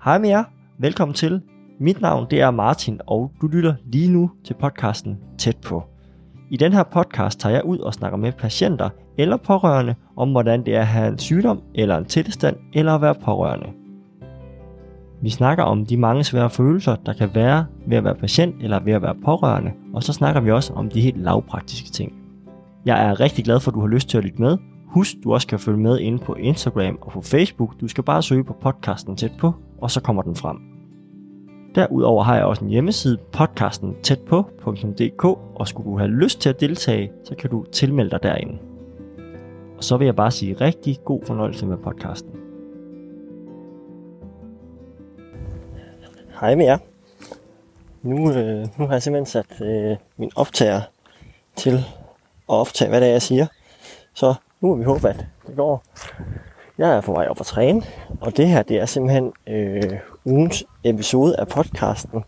Hej med jer, velkommen til. Mit navn det er Martin, og du lytter lige nu til podcasten Tæt på. I den her podcast tager jeg ud og snakker med patienter eller pårørende om, hvordan det er at have en sygdom eller en tilstand eller at være pårørende. Vi snakker om de mange svære følelser, der kan være ved at være patient eller ved at være pårørende, og så snakker vi også om de helt lavpraktiske ting. Jeg er rigtig glad for, at du har lyst til at lytte med. Husk, du også kan følge med inde på Instagram og på Facebook. Du skal bare søge på podcasten Tæt på, og så kommer den frem. Derudover har jeg også en hjemmeside, podcasten tætpå.dk, og skulle du have lyst til at deltage, så kan du tilmelde dig derinde. Og så vil jeg bare sige rigtig god fornøjelse med podcasten. Hej med jer. Nu har jeg simpelthen sat min optager til at optage, hvad det er, jeg siger. Så nu må vi håbe, at det går. Jeg er på vej op at træne, og det her det er simpelthen ugens episode af podcasten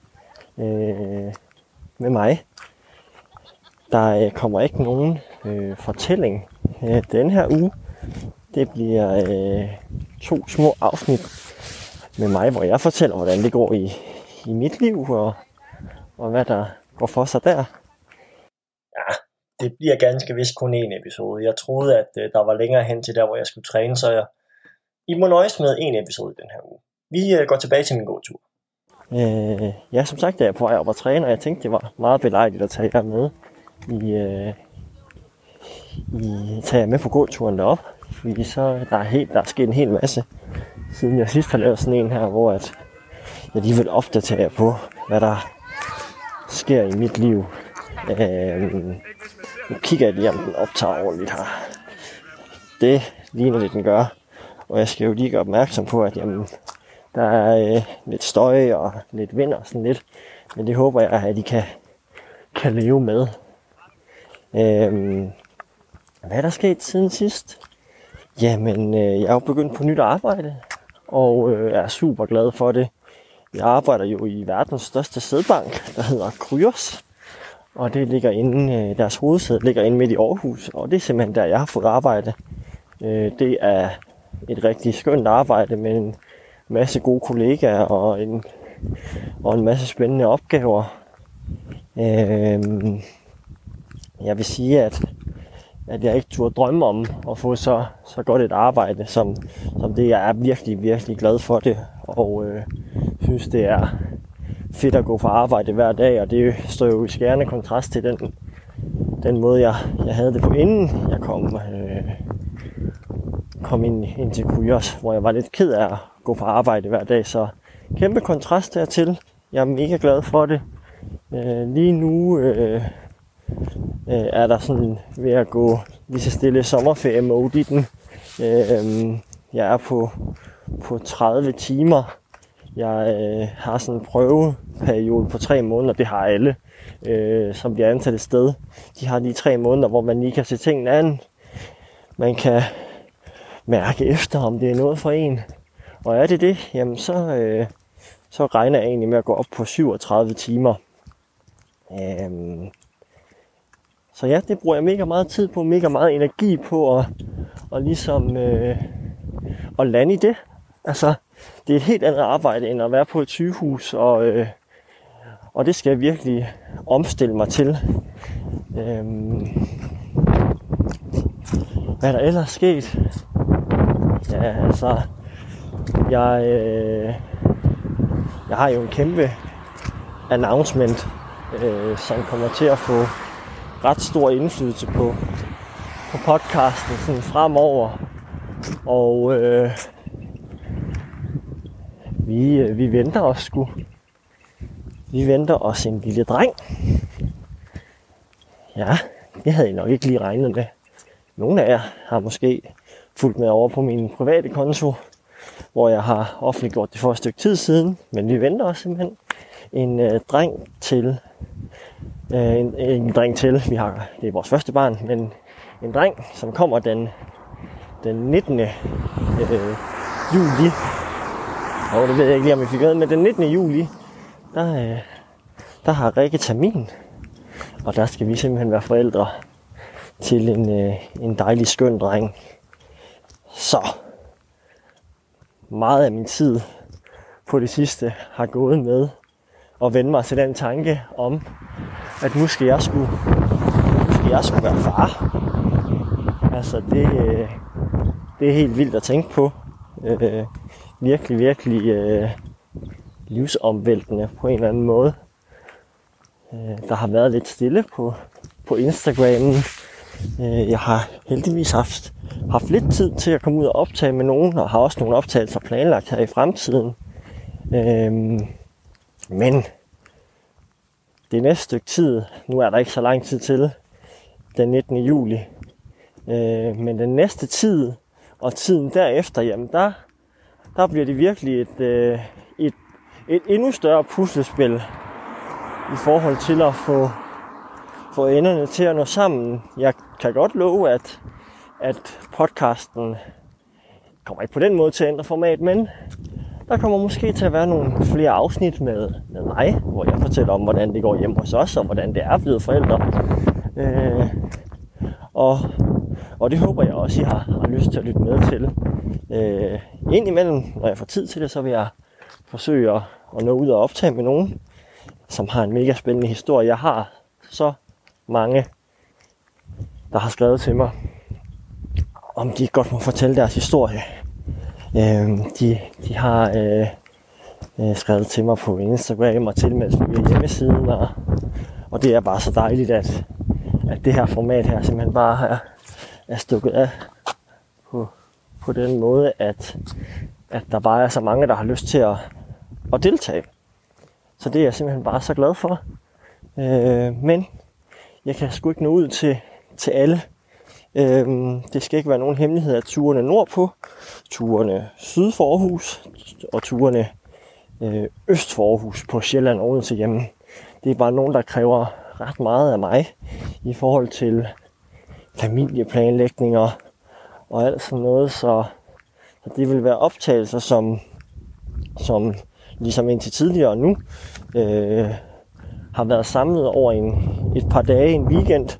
med mig. Der kommer ikke nogen fortælling denne her uge. Det bliver 2 små afsnit med mig, hvor jeg fortæller, hvordan det går i mit liv, og hvad der går for sig der. Ja, det bliver ganske vist kun en episode. Jeg troede, at der var længere hen til der, hvor jeg skulle træne, så I må nøjes med en episode den her uge. Vi går tilbage til min gåtur. Ja, som sagt, jeg er på vej op at træne, og jeg tænkte, det var meget belejligt at tage jer med tage jer med på gåturen derop. Fordi så der er sket en hel masse, siden jeg sidst har lavet sådan en her, hvor at jeg lige vil opdatere jer på, hvad der sker i mit liv. Nu kigger jeg lige, om den optager ordentligt her. Det ligner det, den gør. Og jeg skal jo lige gøre opmærksom på, at der er lidt støj og lidt vind og sådan lidt. Men det håber jeg, at I kan leve med. Hvad er der sket siden sidst? Jamen, jeg er jo begyndt på nyt arbejde, og er super glad for det. Jeg arbejder jo i verdens største sædbank, der hedder Kryos. Og det ligger inde, deres hovedsæde ligger inde midt i Aarhus, og det er simpelthen der, jeg har fået arbejde. Det er et rigtig skønt arbejde med en masse gode kollegaer og en masse spændende opgaver. Jeg vil sige, at jeg ikke turde drømme om at få så godt et arbejde, som det. Jeg er virkelig, virkelig glad for det, og synes, det er fedt at gå på arbejde hver dag, og det står jo i skærende kontrast til den måde, jeg havde det på, inden jeg kom ind til Kryos, hvor jeg var lidt ked af at gå på arbejde hver dag, så kæmpe kontrast dertil. Jeg er mega glad for det. Lige nu er der sådan ved at gå lige så stille sommerferie-mode i den. Jeg er på 30 timer. Jeg har sådan en prøveperiode på 3 måneder. Det har alle, som bliver ansat et sted. De har lige 3 måneder, hvor man lige kan se tingene an. Man kan mærke efter, om det er noget for en. Og er det, jamen så regner jeg egentlig med at gå op på 37 timer. Så ja, det bruger jeg mega meget tid på, mega meget energi på og ligesom at lande i det. Altså, det er et helt andet arbejde end at være på et sygehus, og det skal jeg virkelig omstille mig til. Hvad er der ellers sket? Ja, altså, jeg har jo en kæmpe announcement, som kommer til at få ret stor indflydelse på podcasten sådan fremover. Og vi venter os sgu. Vi venter os en lille dreng. Ja, det havde jeg nok ikke lige regnet med. Nogle af jer har måske fulgt med over på min private konto, hvor jeg har offentliggjort det for et stykke tid siden. Men vi venter os simpelthen en dreng til. En dreng til. Det er vores første barn, men en dreng, som kommer den 19. juli. Og det ved jeg ikke lige, om I fik med, men den 19. juli, der har Rikke termin. Og der skal vi simpelthen være forældre til en dejlig skøn dreng. Så meget af min tid på det sidste har gået med at vende mig til den tanke om, at nu skal jeg skulle være far. Altså det er helt vildt at tænke på. Virkelig livsomvæltende på en eller anden måde. Der har været lidt stille på Instagramen. Jeg har heldigvis haft lidt tid til at komme ud og optage med nogen, og har også nogle optagelser planlagt her i fremtiden. Men det næste stykke tid, nu er der ikke så lang tid til, den 19. juli, men den næste tid og tiden derefter, jamen der bliver det virkelig et endnu større puslespil i forhold til at få enderne til at nå sammen. Jeg kan godt love, at podcasten kommer ikke på den måde til at ændre format, men der kommer måske til at være nogle flere afsnit med mig, hvor jeg fortæller om, hvordan det går hjemme hos os, og hvordan det er blevet forældre. Og det håber jeg også, I har lyst til at lytte med til. Indimellem, når jeg får tid til det, så vil jeg forsøge at nå ud og optage med nogen, som har en mega spændende historie. Jeg har så mange, der har skrevet til mig, om de godt må fortælle deres historie. De har skrevet til mig på Instagram og tilmeldt mig via hjemmesiden, og det er bare så dejligt, at det her format her simpelthen bare er stukket af på den måde, at der bare er så mange, der har lyst til at deltage. Så det er jeg simpelthen bare så glad for. Men jeg kan sgu ikke nå ud til alle. Det skal ikke være nogen hemmelighed, at turene nordpå, turene syd for Aarhus og turene øst for Aarhus på Sjælland og Odense hjemme, det er bare nogen, der kræver ret meget af mig i forhold til familieplanlægninger og alt sådan noget, så det vil være optagelser, som ligesom indtil tidligere nu har været samlet over et par dage, en weekend.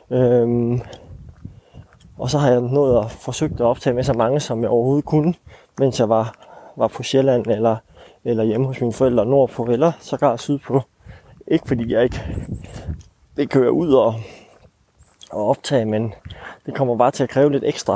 Og så har jeg nået at forsøgt at optage med så mange, som jeg overhovedet kunne, mens jeg var på Sjælland eller hjemme hos mine forældre nordpå, eller sågar sydpå. Ikke fordi jeg ikke kører ud og optage, men det kommer bare til at kræve lidt ekstra.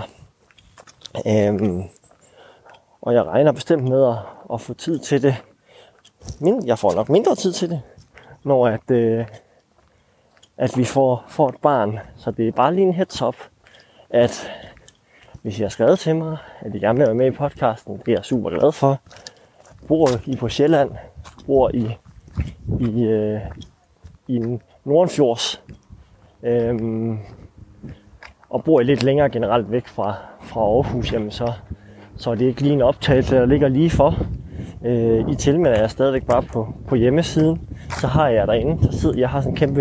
Og jeg regner bestemt med at få tid til det. Men jeg får nok mindre tid til det, når at vi får et barn. Så det er bare lige en heads up, at hvis I har skrevet til mig, at I gerne vil være med i podcasten, det er jeg super glad for. Bor I på Sjælland, bor i Nordenfjords, og bor I lidt længere generelt væk fra Aarhus, jamen så er det ikke lige en optagelse, der ligger lige for. I tilmelder jeg stadigvæk bare på hjemmesiden, så har jeg derinde, jeg har sådan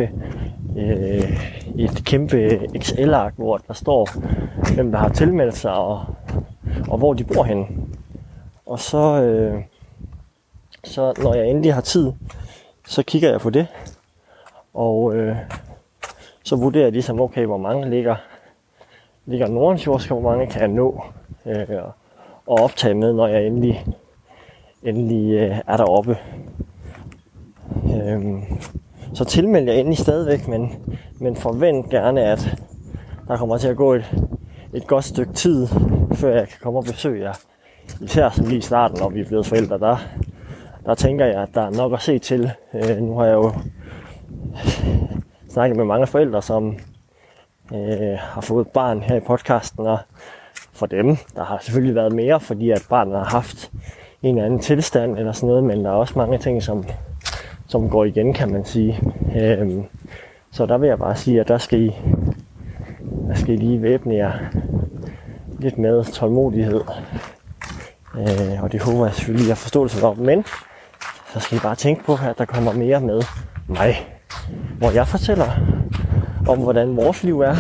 et kæmpe Excel-ark, hvor der står, hvem der har tilmeldt sig, og hvor de bor henne. Og så når jeg endelig har tid, så kigger jeg på det, og så vurderer jeg ligesom, okay, hvor mange ligger Nordenfjords, hvor mange kan jeg nå og optage med, når jeg endelig er deroppe. Så tilmeld jeg endelig stadigvæk, men forvent gerne, at der kommer til at gå et godt stykke tid, før jeg kan komme og besøge jer. Især som lige i starten, når vi er blevet forældre, der tænker jeg, at der er nok at se til. Nu har jeg jo snakket med mange forældre, som har fået barn her i podcasten, og for dem, der har selvfølgelig været mere, fordi at barnet har haft en eller anden tilstand eller sådan noget, men der er også mange ting, som går igen, kan man sige. Så der vil jeg bare sige, at der skal I lige væbne jer lidt med tålmodighed. Og det håber jeg selvfølgelig, jeg forståelse om, men så skal I bare tænke på, at der kommer mere med mig, hvor jeg fortæller om, hvordan vores liv er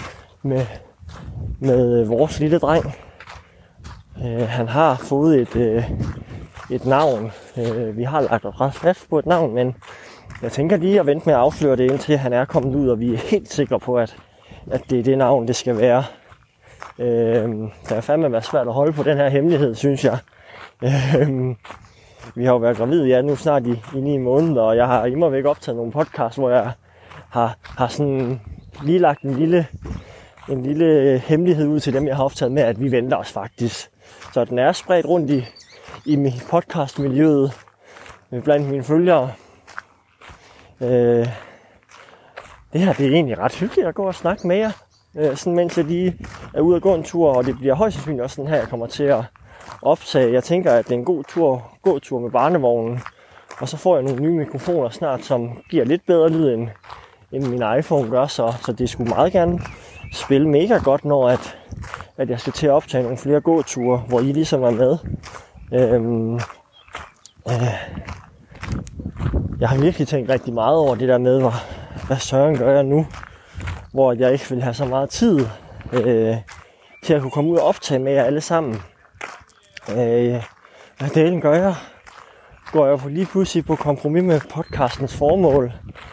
med vores lille dreng. Han har fået et navn. Vi har lagt os ret fast på et navn, men jeg tænker lige at vente med at afsløre det, indtil han er kommet ud, og vi er helt sikre på, at det er det navn, det skal være. Det er fandme været svært at holde på den her hemmelighed, synes jeg. Vi har jo været gravide nu snart i 9 måneder, og jeg har immer væk optaget nogle podcasts, hvor jeg har sådan lige lagt en lille hemmelighed ud til dem, jeg har optaget med, at vi venter os faktisk. Så den er spredt rundt i mit podcastmiljøet blandt mine følgere. Det her, det er egentlig ret hyggeligt at gå og snakke med jer, sådan mens jeg lige er ude og gå en tur, og det bliver højst sandsynligt også sådan her, jeg kommer til at optage. Jeg tænker, at det er en god gåtur med barnevognen, og så får jeg nogle nye mikrofoner snart, som giver lidt bedre lyd end min iPhone gør, så det skulle meget gerne spille mega godt, når at jeg skal til at optage nogle flere gåture, hvor I ligesom er med. Jeg har virkelig tænkt rigtig meget over det der med, hvad søren gør jeg nu, hvor jeg ikke vil have så meget tid til at kunne komme ud og optage med jer alle sammen. Hvad delen gør jeg? Går jeg lige pludselig på kompromis med podcastens formål.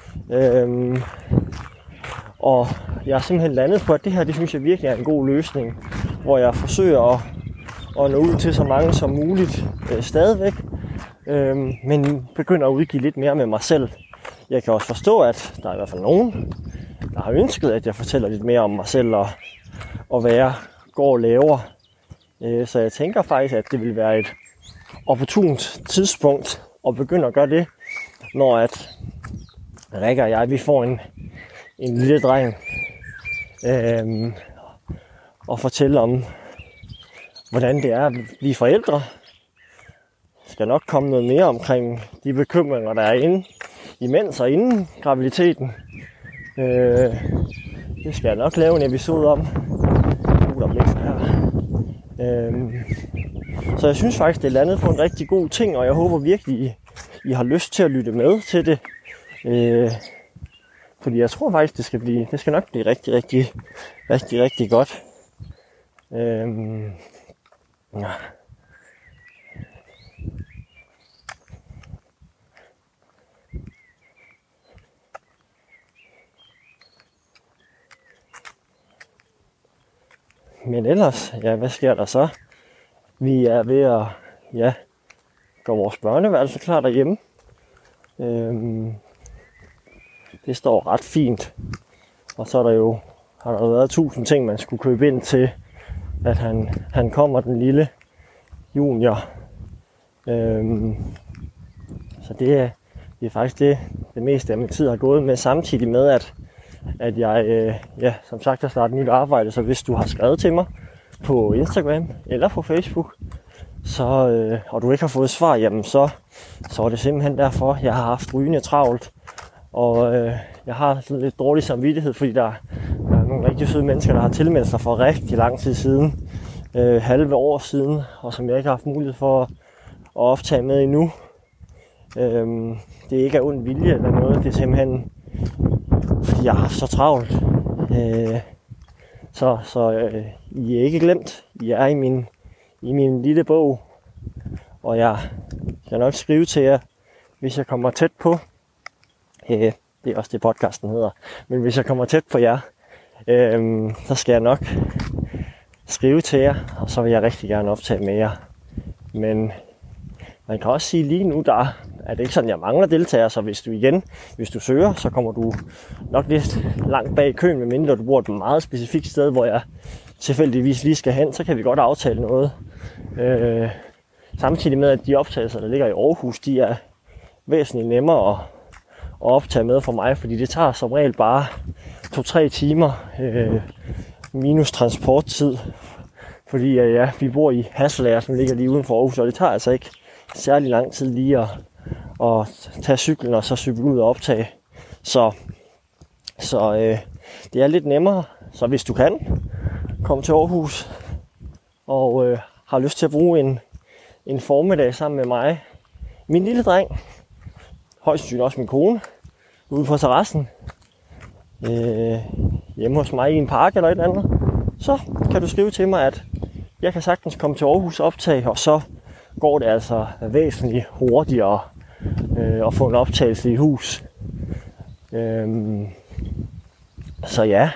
Og jeg er simpelthen landet på, at det her, det synes jeg virkelig er en god løsning, hvor jeg forsøger at nå ud til så mange som muligt stadigvæk, men begynder at udgive lidt mere med mig selv. Jeg kan også forstå, at der er i hvert fald nogen, der har ønsket, at jeg fortæller lidt mere om mig selv og hvad jeg går og laver. Så jeg tænker faktisk, at det vil være et opportunt tidspunkt at begynde at gøre det, når at Rikke og jeg, vi får en lille dreng og fortælle om, hvordan det er at blive forældre. Der skal nok komme noget mere omkring de bekymringer, der er inde imens og inden graviditeten. Det skal jeg nok lave en episode om. Så jeg synes faktisk, det er landet på en rigtig god ting, og jeg håber virkelig, I har lyst til at lytte med til det. Fordi jeg tror faktisk, det skal nok blive rigtig godt. Ja. Men ellers, ja, hvad sker der så? Vi er ved at, gøre vores børneværelse klar derhjemme. Det står ret fint. Og så er har der været 1000 ting, man skulle købe ind til, at han kommer, den lille junior. Så det er faktisk det meste af min tid har gået med, samtidig med, at jeg, som sagt, har startet nyt arbejde. Så hvis du har skrevet til mig på Instagram eller på Facebook, og du ikke har fået svar, jamen så er det simpelthen derfor, jeg har haft rygende travlt. Og jeg har sådan lidt dårlig samvittighed, fordi der er nogle rigtig søde mennesker, der har tilmeldt sig for rigtig lang tid siden. Halve år siden, og som jeg ikke har haft mulighed for at optage med endnu. Det er ikke af ond vilje eller noget, det er simpelthen fordi jeg har haft så travlt. Så I er ikke glemt. I er i min lille bog, og jeg skal nok skrive til jer, hvis jeg kommer tæt på. Det er også det podcasten hedder. Men hvis jeg kommer tæt på jer, så skal jeg nok skrive til jer, og så vil jeg rigtig gerne optage med jer. Men man kan også sige lige nu, der er det ikke sådan, jeg mangler deltagere, så hvis du søger, så kommer du nok lidt langt bag i køen, medmindre du bor et meget specifikt sted, hvor jeg tilfældigvis lige skal hen, så kan vi godt aftale noget. Samtidig med, at de optagelser, der ligger i Aarhus, de er væsentligt nemmere at optage med for mig, fordi det tager som regel bare 2-3 timer minus transporttid. Fordi vi bor i Hasselager, som ligger lige uden for Aarhus, og det tager altså ikke særlig lang tid lige at tage cyklen og så cykle ud og optage. Så det er lidt nemmere. Så hvis du kan komme til Aarhus og har lyst til at bruge en formiddag sammen med mig, min lille dreng, højst sandsynligt også min kone, ude på terrassen, hjemme hos mig i en park eller et eller andet, så kan du skrive til mig, at jeg kan sagtens komme til Aarhus og optage, og så går det altså væsentligt hurtigere at få en optagelse i hus. Så ja,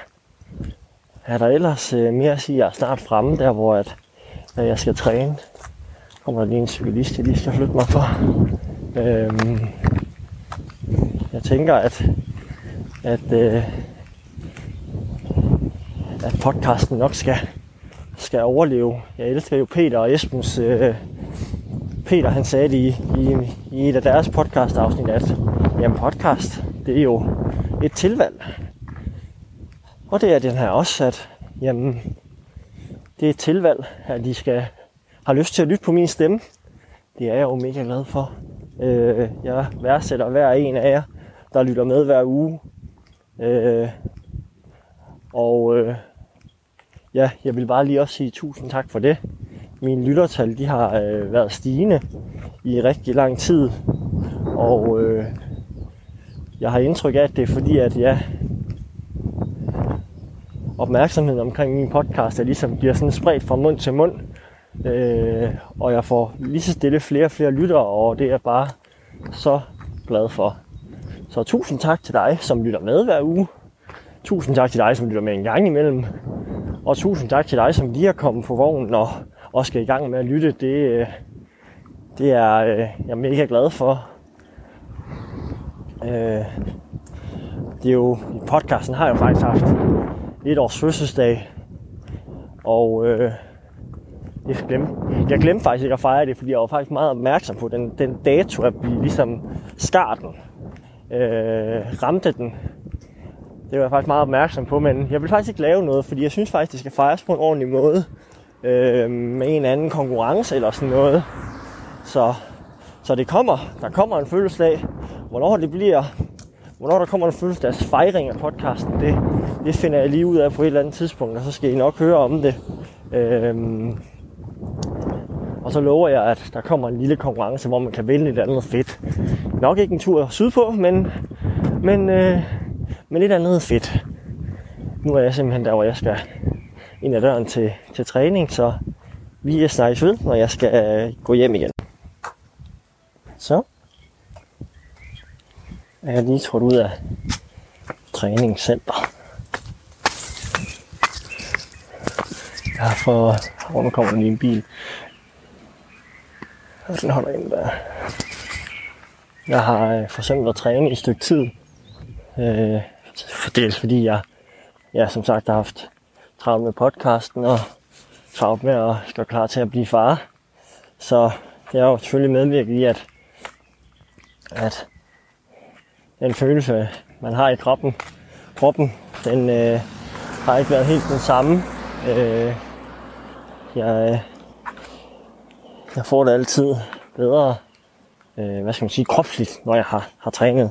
er der ellers mere at sige, at jeg er snart fremme der, hvor jeg skal træne kommer der lige en cyklist, jeg lige skal flytte mig for. Jeg tænker, at podcasten nok skal overleve. Jeg elsker jo Peter og Esbens. Peter han sagde det i et af deres podcast-afsnit, at jamen, podcast, det er jo et tilvalg. Og det er den her også, at jamen, det er et tilvalg, at de har lyst til at lytte på min stemme. Det er jeg jo mega glad for. Jeg værdsætter hver en af jer, der lytter med hver uge. Jeg vil bare lige også sige tusind tak for det. Mine lyttertal, de har været stigende i rigtig lang tid. Og jeg har indtryk af, at det er fordi, at opmærksomheden omkring min podcast, ligesom bliver sådan spredt fra mund til mund. Og jeg får lige så stille flere og flere lyttere, og det er jeg bare så glad for. Så tusind tak til dig, som lytter med hver uge. Tusind tak til dig, som lytter med en gang imellem. Og tusind tak til dig, som lige er kommet på vognen og skal i gang med at lytte. Det er jeg mega glad for. Det er jo, podcasten har jo faktisk haft 1 års fødselsdag. Og jeg glemte faktisk ikke at fejre det, fordi jeg var faktisk meget opmærksom på den dato, at vi ligesom starten ramte den. Det var jeg faktisk meget opmærksom på, men jeg vil faktisk ikke lave noget, fordi jeg synes faktisk, det skal fejres på en ordentlig måde. Med en anden konkurrence eller sådan noget. Så det kommer. Der kommer en fødselsdag. Hvornår der kommer en fødselsdagsfejring af podcasten, det finder jeg lige ud af på et eller andet tidspunkt, og så skal I nok høre om det. Og så lover jeg, at der kommer en lille konkurrence, hvor man kan vinde et andet fedt. Nok ikke en tur sydpå, men lidt andet fedt. Nu er jeg simpelthen der, hvor jeg skal ind ad døren til træning, så vi snakkes ved, når jeg skal gå hjem igen. Så er jeg lige trådt ud af træningscenter. Nu kommer der lige en bil. Og den holder inde der. Jeg har forsømt at træne i et stykke tid. Dels fordi jeg som sagt har haft travlt med podcasten og travlt med at gøre klar til at blive far. Så jeg er jo selvfølgelig medvirket i, at den følelse, man har i kroppen, den har ikke været helt den samme. Jeg får det altid bedre, kropsligt, når jeg har trænet.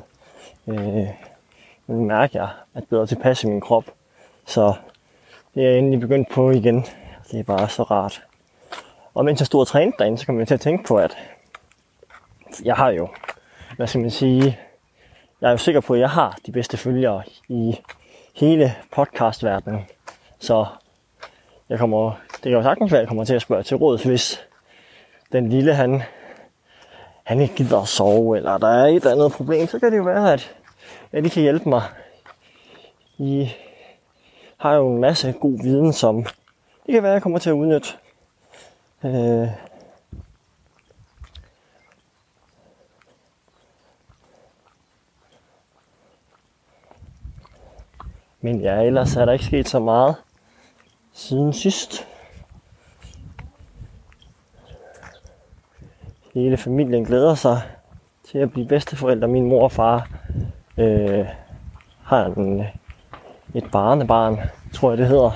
Men mærker jeg, at bedre tilpas i min krop. Så det er jeg endelig begyndt på igen. Det er bare så rart. Og mens jeg stod og trænede derinde, så kom jeg til at tænke på, at jeg har jo, jeg er jo sikker på, at jeg har de bedste følgere i hele podcastverdenen. Så det kan jo sagtens være, at jeg kommer til at spørge til råds, hvis den lille, han ikke gider at sove, eller der er et eller andet problem, så kan det jo være, at de kan hjælpe mig. I har jo en masse god viden, som det kan være, at jeg kommer til at udnytte. Men ja, ellers er der ikke sket så meget siden sidst. Hele familien glæder sig til at blive bedsteforældre. Min mor og far har et barnebarn, tror jeg det hedder.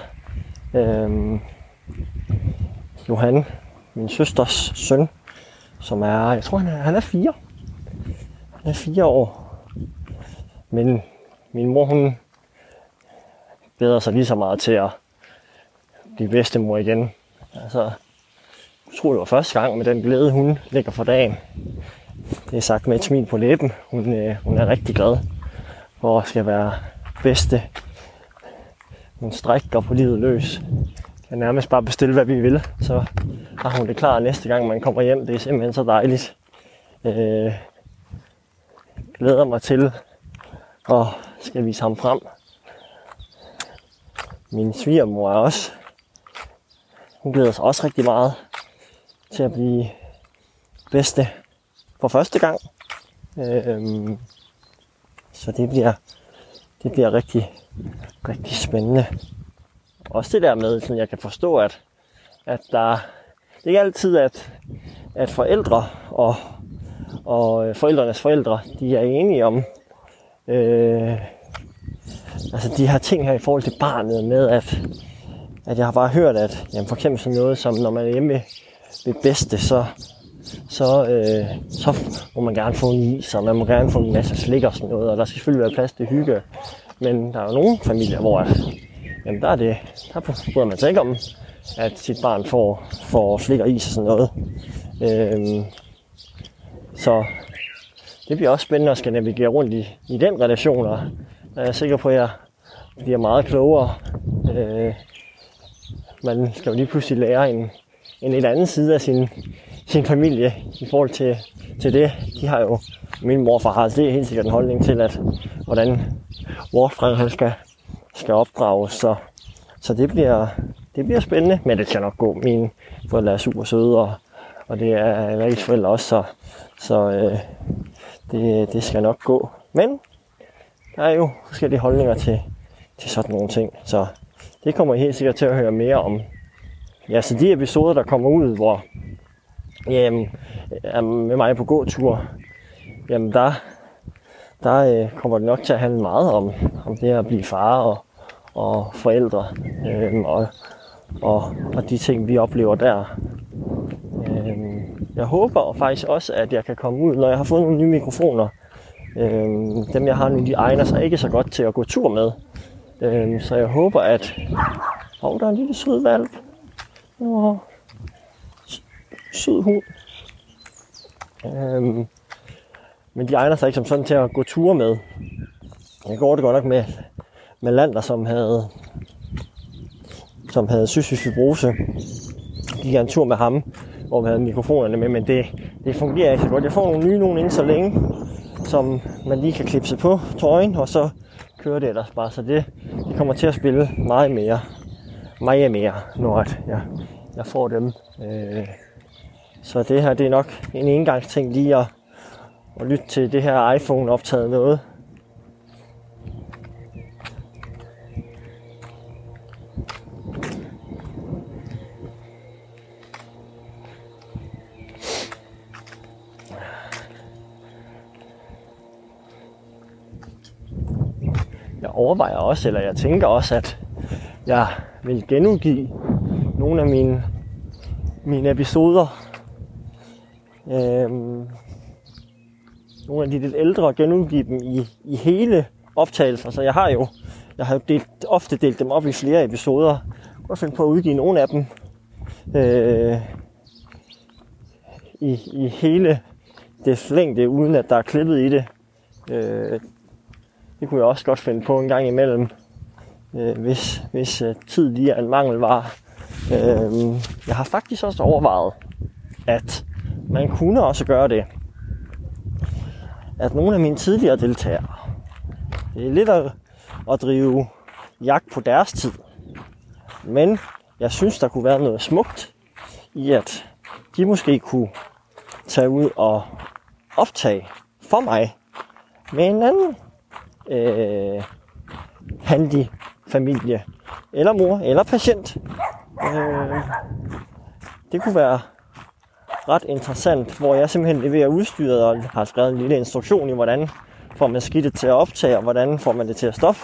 Johan, min søsters søn, som er, jeg tror han er 4. Han er 4 år. Men min mor, hun glæder sig lige så meget til at blive bedstemor igen. Altså, jeg tror det var første gang med den glæde, hun lægger for dagen. Det er sagt med et smil på læben. Hun er rigtig glad for at skal være bedste. Hun strækker på livet løs. Kan nærmest bare bestille, hvad vi vil. Så har hun det klar næste gang, man kommer hjem. Det er simpelthen så dejligt. Glæder mig til at skal vise ham frem. Min svigermor er også. Hun glæder sig også rigtig meget til at blive bedste for første gang. Så det bliver rigtig, rigtig spændende. Også det der med, sådan jeg kan forstå, at der det er ikke altid, at forældre og forældrenes forældre, de er enige om de her ting her i forhold til barnet med, at jeg har bare hørt, at jamen for eksempel sådan noget som, når man er hjemme ved bedste, så må man gerne få en is, og man må gerne få en masse slik og sådan noget, og der skal selvfølgelig være plads til hygge. Men der er jo nogle familier, hvor jamen der bryder man sig ikke om, at sit barn får slik og is og sådan noget. Så det bliver også spændende at skal navigere rundt i den relation, og jeg er sikker på, at jeg bliver meget klogere. Man skal jo lige pludselig lære en lidt anden side af sin familie i forhold til det. De har jo, min morfar har det helt sikkert en holdning til, at hvordan vores dreng han skal opdrages. Så det bliver spændende, men det skal nok gå. Mine forældre er super søde, og det er Rikkes forældre også, så det skal nok gå. Men der er jo forskellige holdninger til sådan nogle ting, så det kommer I helt sikkert til at høre mere om. Ja, så de episoder, der kommer ud, hvor er med mig på gåtur, jamen der kommer det nok til at handle meget om det at blive far og forældre, og de ting, vi oplever der. Jeg håber faktisk også, at jeg kan komme ud, når jeg har fået nogle nye mikrofoner. Dem jeg har nu, de egner sig ikke så godt til at gå tur med. Så jeg håber, at der er en lille sød hvalp. Sød hund. Men de egner sig ikke som sådan til at gå ture med. Jeg går det godt nok med Lander, som havde cystisk fibrose. Jeg gik en tur med ham, hvor vi havde mikrofonerne med, men det fungerer ikke så godt. Jeg får nogle nye inden så længe, som man lige kan klipse på trøjen, og så kører det ellers bare. Så det kommer til at spille meget mere, når jeg får dem. Så det her, det er nok en engangsting lige at lytte til det her iPhone optaget noget. Jeg overvejer også, eller jeg tænker også, at jeg vil genudgive nogle af mine episoder. Nogle af de lidt ældre, genudgive dem i hele optagelser. Så jeg har jo ofte delt dem op i flere episoder. Jeg kan godt finde på at udgive nogle af dem i hele det længde, uden at der er klippet i det. Det kunne jeg også godt finde på en gang imellem, hvis tid lige er en mangelvare. Jeg har faktisk også overvejet, at man kunne også gøre det, at nogle af mine tidligere deltagere, det er lidt at drive jagt på deres tid, men jeg synes, der kunne være noget smukt i, at de måske kunne tage ud og optage for mig med en anden handy familie, eller mor, eller patient. Det kunne være ret interessant, hvor jeg simpelthen leverer udstyret og har skrevet en lille instruktion i, hvordan får man skidtet til at optage, og hvordan får man det til at stoppe.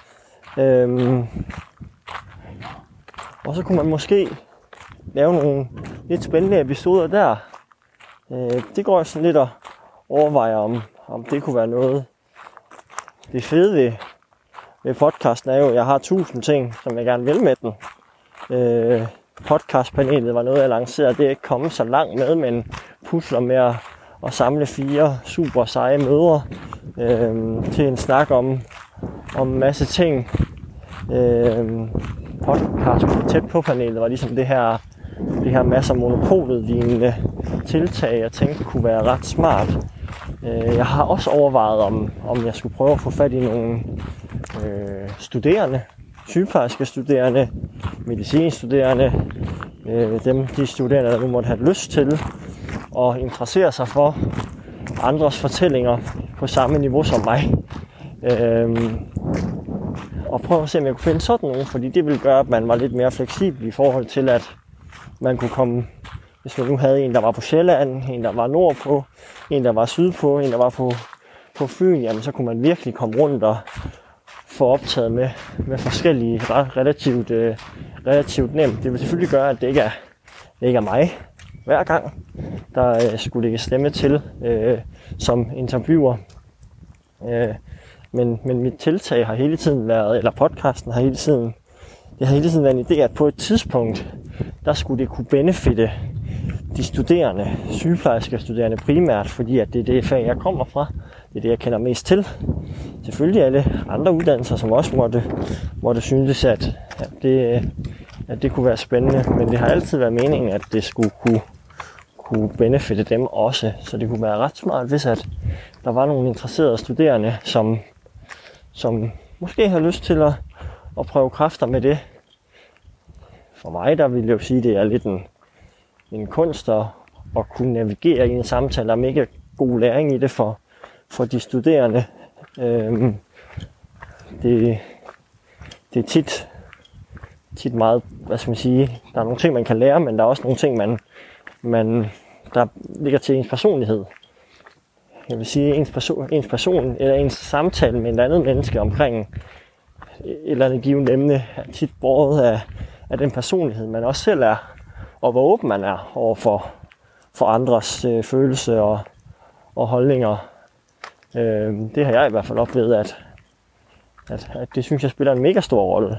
Og så kunne man måske lave nogle lidt spændende episoder der. Det går jeg sådan lidt at overveje, om det kunne være noget. Det fede ved podcasten er jo, at jeg har 1000 ting, som jeg gerne vil med den. Podcastpanelet var noget, jeg lancerede. Det er ikke kommet så langt med, men pusler med at samle 4 super seje mødre til en snak om en masse ting. Podcast tæt på panelet var ligesom det her masser af monopolet lignende tiltag, jeg tænkte kunne være ret smart. Jeg har også overvejet, om jeg skulle prøve at få fat i nogle studerende, sygeplejerske studerende, medicinstuderende, de studerende, der nu måtte have lyst til og interessere sig for andres fortællinger på samme niveau som mig. Og prøve at se, om jeg kunne finde sådan nogen, fordi det ville gøre, at man var lidt mere fleksibel i forhold til, at man kunne komme, hvis man nu havde en, der var på Sjælland, en, der var nordpå, en, der var sydpå, en, der var på Fyn, jamen så kunne man virkelig komme rundt og få optaget med forskellige relativt nemt. Det vil selvfølgelig gøre, at det ikke er mig hver gang, der skulle lægge stemme til som interviewer. Men mit tiltag har hele tiden været, eller podcasten har hele tiden været en idé, at på et tidspunkt, der skulle det kunne benefitte de studerende, sygeplejerskestuderende primært, fordi at det er det fag, jeg kommer fra. Det er det, jeg kender mest til. Selvfølgelig alle andre uddannelser, som også måtte synes, at det kunne være spændende, men det har altid været meningen, at det skulle kunne benefitte dem også. Så det kunne være ret smart, hvis at der var nogle interesserede studerende, som måske har lyst til at prøve kræfter med det. For mig, der vil jeg jo sige, at det er lidt en kunst at kunne navigere i en samtale, og mega god læring i det for de studerende. Det er tit meget, hvad skal man sige, der er nogle ting, man kan lære, men der er også nogle ting, der ligger til ens personlighed. Jeg vil sige, ens person eller ens samtale med et andet menneske omkring et eller andet givet emne er tit båret af den personlighed, man også selv er, og hvor åben man er over for andres følelser og holdninger. Det har jeg i hvert fald oplevet, at det synes jeg spiller en mega stor rolle.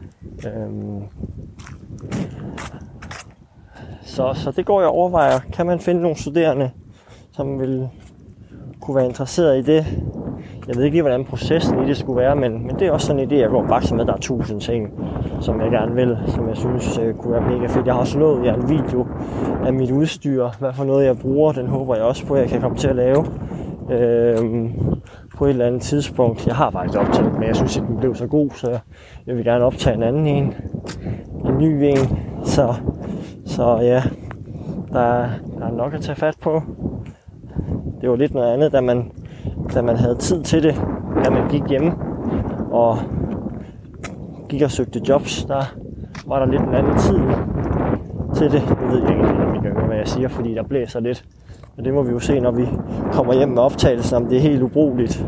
Så det går jeg og overvejer. Kan man finde nogle studerende, som vil kunne være interesseret i det? Jeg ved ikke lige, hvordan processen i det skulle være, men det er også sådan en idé, jeg går bakse med. Der er 1000 ting, som jeg gerne vil, som jeg synes kunne være mega fedt. Jeg har også lovet jer en video af mit udstyr, hvad for noget jeg bruger. Den håber jeg også på, at jeg kan komme til at lave på et eller andet tidspunkt. Jeg har faktisk optaget, men jeg synes ikke, den blev så god, så jeg vil gerne optage en anden en ny en. Så ja, der er nok at tage fat på. Det var lidt noget andet, da man havde tid til det, da man gik hjemme og gik og søgte jobs. Der var der lidt en anden tid til det. Jeg ved ikke, hvad jeg siger, fordi der blæser lidt. Og det må vi jo se, når vi kommer hjem med optagelsen, om det er helt ubrugeligt.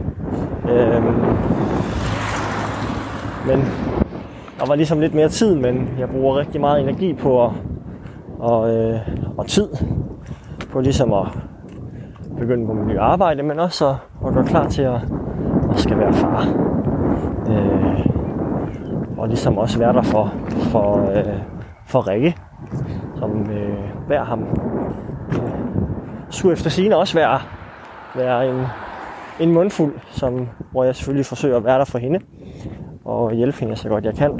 Men der var ligesom lidt mere tid, men jeg bruger rigtig meget energi på og tid på ligesom at begynde på mit nye arbejde, men også at gøre klar til at skal være far. Og ligesom også være der for Rikke, som bærer ham. Sur efter sigende også være en mundfuld, hvor jeg selvfølgelig forsøger at være der for hende og hjælpe hende så godt jeg kan.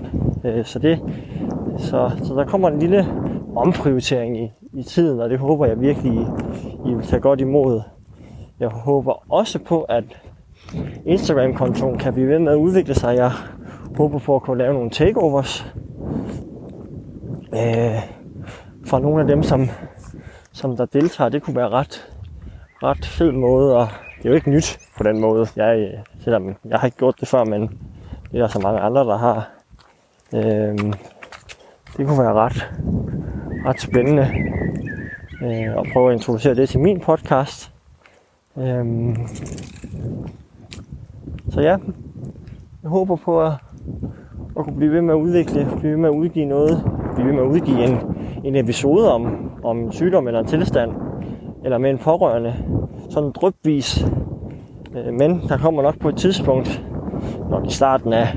Så der kommer en lille omprioritering i tiden, og det håber jeg virkelig, I vil tage godt imod. Jeg håber også på, at Instagram-kontoen kan blive ved med at udvikle sig. Jeg håber på at kunne lave nogle takeovers fra nogle af dem, som der deltager. Det kunne være ret fed måde, og det er jo ikke nyt på den måde. Selvom jeg har ikke gjort det før, men det er der så mange andre, der har. Det kunne være ret spændende at prøve at introducere det til min podcast. Så ja, jeg håber på at kunne blive ved med at udvikle, blive ved med at udgive noget, blive ved med at udgive en episode om en sygdom eller en tilstand, eller med en pårørende, sådan drypvis. Men der kommer nok på et tidspunkt, nok i starten af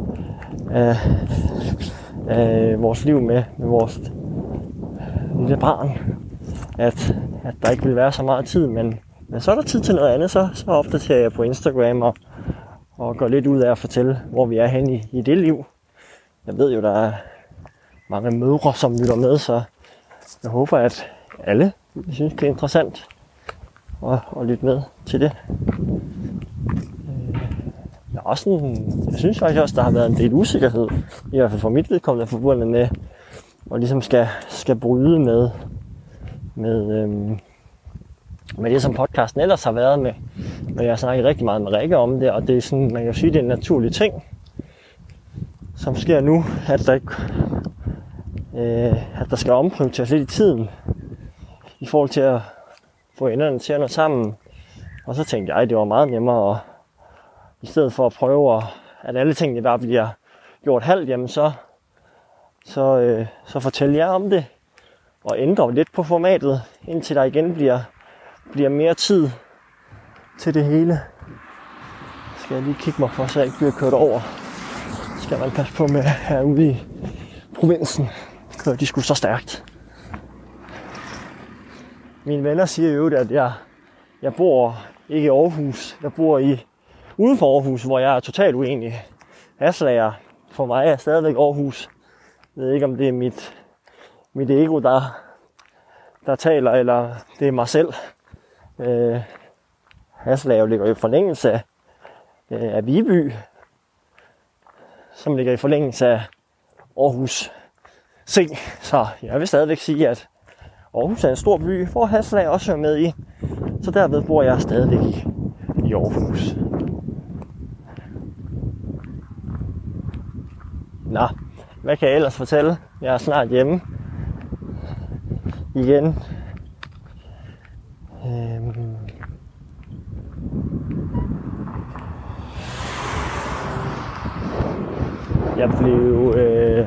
vores liv med vores lille barn, at der ikke vil være så meget tid, men så er der tid til noget andet, så opdaterer jeg på Instagram og går lidt ud af at fortælle, hvor vi er henne i det liv. Jeg ved jo, der er mange mødre, som lytter med, så jeg håber, at alle synes, det er interessant at lytte med til det. Jeg synes faktisk også, der har været en del usikkerhed, i hvert fald for mit vedkommende, forbundet med, og ligesom skal bryde med med det, som podcasten ellers har været med. Men jeg snakker rigtig meget med Rikke om det, og det er sådan, man kan sige, det er en naturlig ting, som sker nu, at der skal omprioriteres lidt i tiden, i forhold til at få enderne til at nå sammen. Og så tænkte jeg, at det var meget nemmere, i stedet for at prøve, at alle tingene bare bliver gjort halvt, jamen så fortæl jer om det, og ændre lidt på formatet, indtil der igen bliver mere tid til det hele. Skal jeg lige kigge mig for, så jeg ikke bliver kørt over. Skal man passe på med herude i provinsen. Kører de sgu så stærkt. Mine venner siger jo, at jeg bor ikke i Aarhus. Jeg bor uden for Aarhus, hvor jeg er totalt uenig. Haslager for mig er stadigvæk Aarhus. Jeg ved ikke, om det er mit ego, der taler, eller det er mig selv. Haslager ligger i forlængelse af Viby, som ligger i forlængelse af Aarhus C. Så jeg vil stadigvæk sige, at Aarhus er en stor by, hvor Haslager også er med i. Så derved bor jeg stadigvæk i Aarhus. Nå, hvad kan jeg ellers fortælle? Jeg er snart hjemme igen. Jeg blev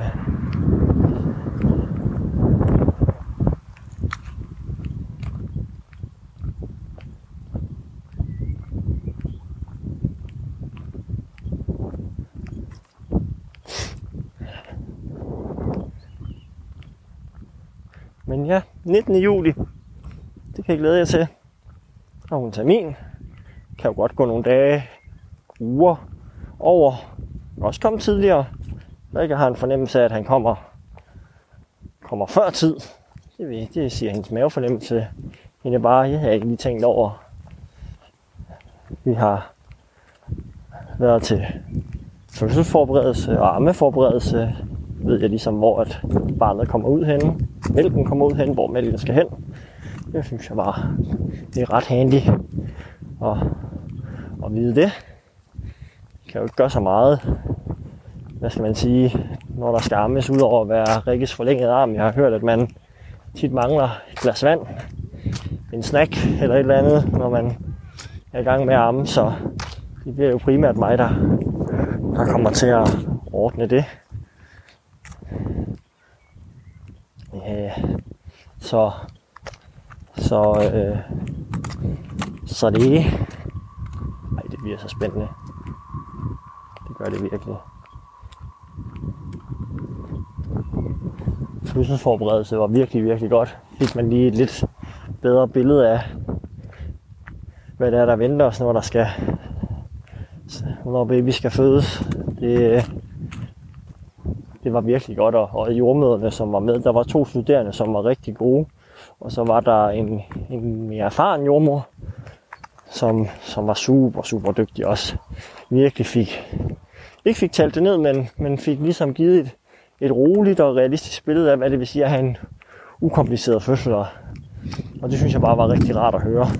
Men ja, 19. juli, det kan jeg glæde jer til. Og en termin kan jo godt gå nogle dage, uger over. Også komme tidligere. Rikke har en fornemmelse af, at han kommer før tid. Det siger hendes mavefornemmelse. Hende bare, jeg har ikke lige tænkt over. Vi har været til fødselsforberedelse og ammeforberedelse. Ved jeg ligesom, hvor at barnet kommer ud henne. Mælken kommer ud henne, hvor mælken skal hen. Det synes jeg bare, det er ret handy at vide det. Det kan jo ikke gøre så meget, hvad skal man sige, når der skal ammes, ud over at være Rikkes forlængede arm. Jeg har hørt, at man tit mangler et glas vand, en snack eller et eller andet, når man er i gang med at amme. Så det bliver jo primært mig, der kommer til at ordne det. Så det... Ej, det bliver så spændende. Det gør det virkelig. Fødselsforberedelse var virkelig, virkelig godt. Fik man lige et lidt bedre billede af, hvad det er, der venter os, når baby skal fødes. Det var virkelig godt, og jordmøderne, som var med, der var 2 studerende, som var rigtig gode. Og så var der en mere erfaren jordmor, som var super, super dygtig også. Virkelig ikke fik talt det ned, men fik ligesom givet et roligt og realistisk billede af, hvad det vil sige at have en ukompliceret fødsel. Og det synes jeg bare var rigtig rart at høre.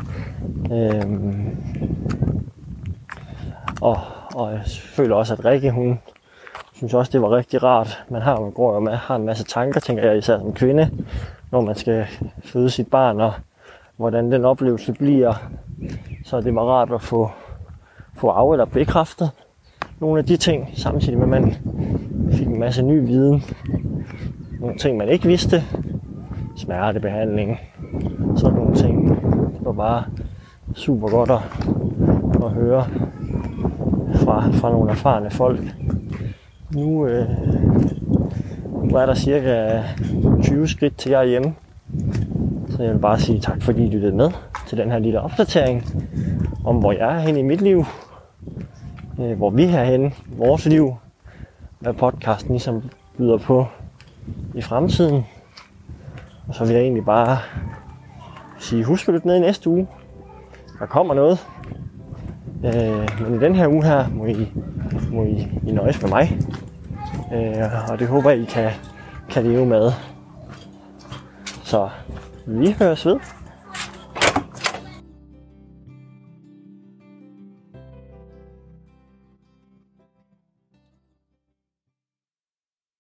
Og jeg føler også, at Rikke, hun synes også, det var rigtig rart. Man går jo med, har en masse tanker, tænker jeg, især som kvinde, når man skal føde sit barn, og hvordan den oplevelse bliver. Så det var rart at få af- eller bekræftet nogle af de ting, samtidig med, at man fik en masse ny viden. Nogle ting, man ikke vidste. Smertebehandling. Sådan nogle ting. Det var bare super godt at høre fra nogle erfarne folk. Nu er der cirka 20 skridt til jeg er hjemme. Så jeg vil bare sige tak, fordi I lyttede med til den her lille opdatering om, hvor jeg er henne i mit liv. Hvor vi er henne i vores liv. Hvad podcasten ligesom byder på i fremtiden. Og så vil jeg egentlig bare sige, husk at lytte med i næste uge. Der kommer noget. Men i den her uge her må I nøjes med mig. Og det håber I kan leve med. Så vi høres ved.